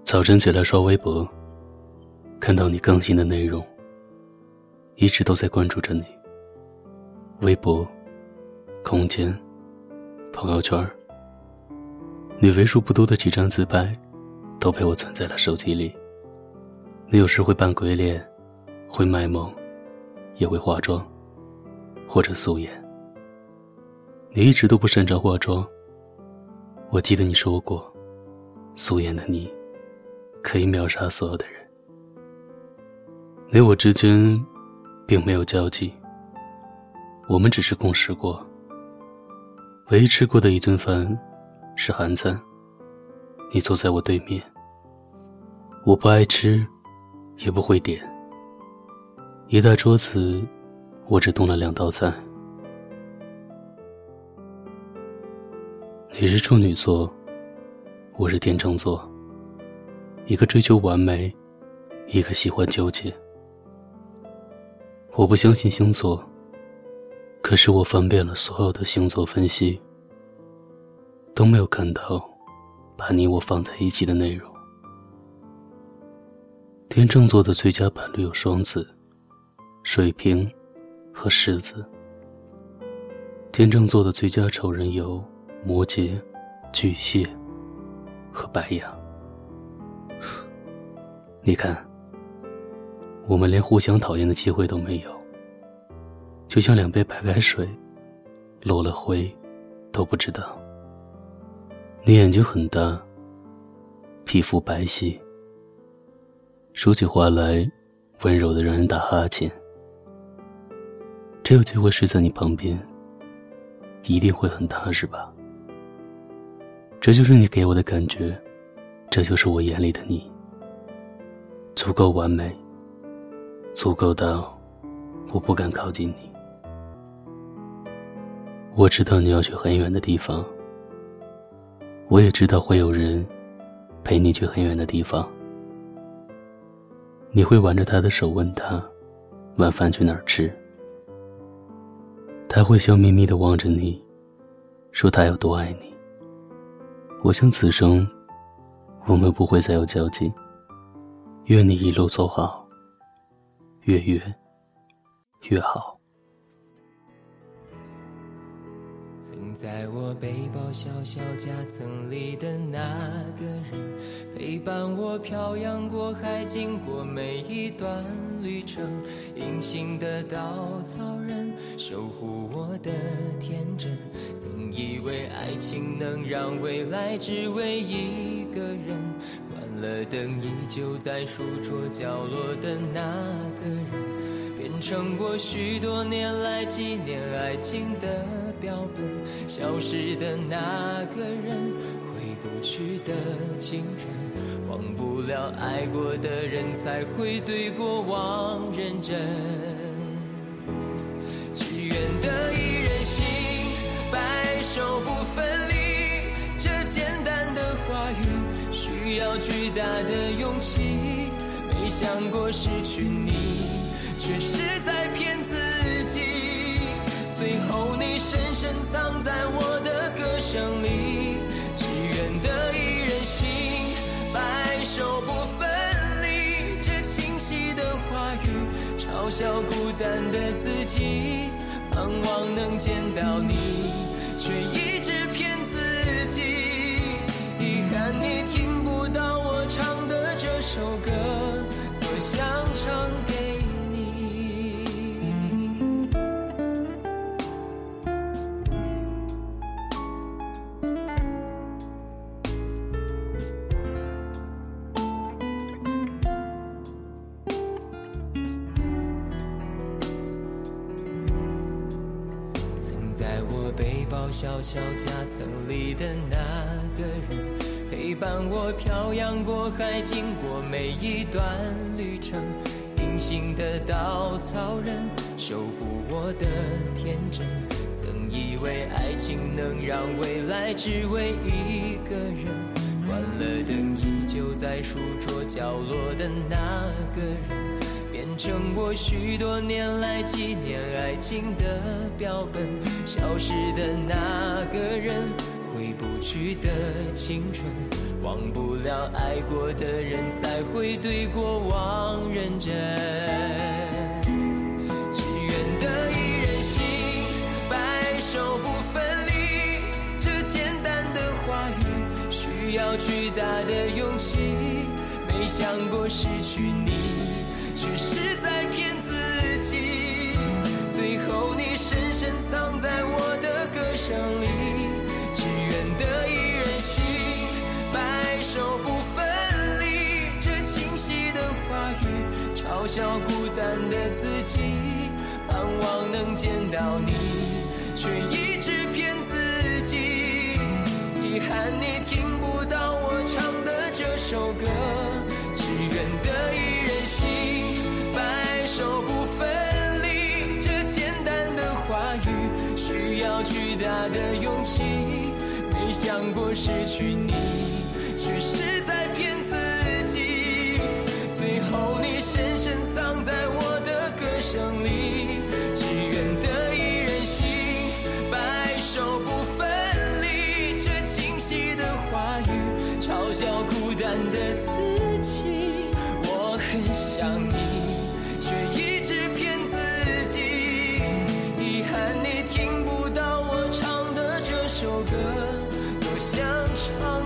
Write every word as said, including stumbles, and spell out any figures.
早晨起来刷微博，看到你更新的内容，一直都在关注着你。微博、空间、朋友圈，你为数不多的几张自拍都被我存在了手机里。你有时会扮鬼脸，会卖萌，也会化妆或者素颜。你一直都不擅长化妆，我记得你说过，素颜的你可以秒杀所有的人。你我之间并没有交集，我们只是共事过，唯一吃过的一顿饭是韩餐，你坐在我对面。我不爱吃，也不会点，一大桌子我只动了两道菜。你是处女座，我是天秤座，一个追求完美，一个喜欢纠结。我不相信星座，可是我翻遍了所有的星座分析，都没有看到把你我放在一起的内容。天秤座的最佳伴侣有双子、水瓶和狮子。天秤座的最佳仇人有摩羯、巨蟹和白羊。你看，我们连互相讨厌的机会都没有，就像两杯白开水落了灰都不知道。你眼睛很大，皮肤白皙，说起话来温柔的让人打哈欠。只有机会睡在你旁边，一定会很踏实吧。这就是你给我的感觉，这就是我眼里的你，足够完美，足够到我不敢靠近你。我知道你要去很远的地方，我也知道会有人陪你去很远的地方。你会挽着他的手问他晚饭去哪儿吃，他会笑眯眯地望着你，说他有多爱你。我想此生我们不会再有交集，愿你一路走好，越远越好。 曾在我背包小小夹层里的那个人，陪伴我漂洋过海，经过每一段旅程。隐形的稻草人，守护我的天真。曾以为爱情能让未来只为一个人，关了灯依旧在书桌角落的那个人，变成我许多年来纪念爱情的标本。消失的那个人，回不去的青春，忘不了爱过的人，才会对过往认真。只愿得一人心，白首不分离，这简单的话语需要巨大的勇气。没想过失去你，却是在骗自己。最后你深深藏在我的歌声里，只愿得一人心，白首不分离。这清晰的话语嘲笑孤单的自己，盼望能见到你，却一直骗自己。遗憾你听不到我唱的这首歌，多想唱给在我背包小小夹层里的那个人，陪伴我漂洋过海，经过每一段旅程。隐形的稻草人，守护我的天真。曾以为爱情能让未来只为一个人，关了灯依旧在书桌角落的那个人，变成我许多年来纪念爱情的标本。消失的那个人，回不去的青春， 忘不了爱过的人，才会对过往认真。只愿得一人心，白首不分离。这简单的话语，需要巨大的勇气。没想过失去你，却是在骗自己。最后你深深藏在我的歌声里。只愿得一人心，白首不分离。这清晰的话语，嘲笑孤单的自己。盼望能见到你，却一直骗自己。遗憾你听不到我唱的这首歌。只愿得一人心，白首不分离。这简单的话语，需要巨大的勇气。没想过失去你，却是在骗自己。最后你深深藏在我的歌声里。只愿得一人心，白首不分离。这清晰的话语，嘲笑孤单的自己。我很想你，却一直骗自己。遗憾你听不到我唱的这首歌，多想唱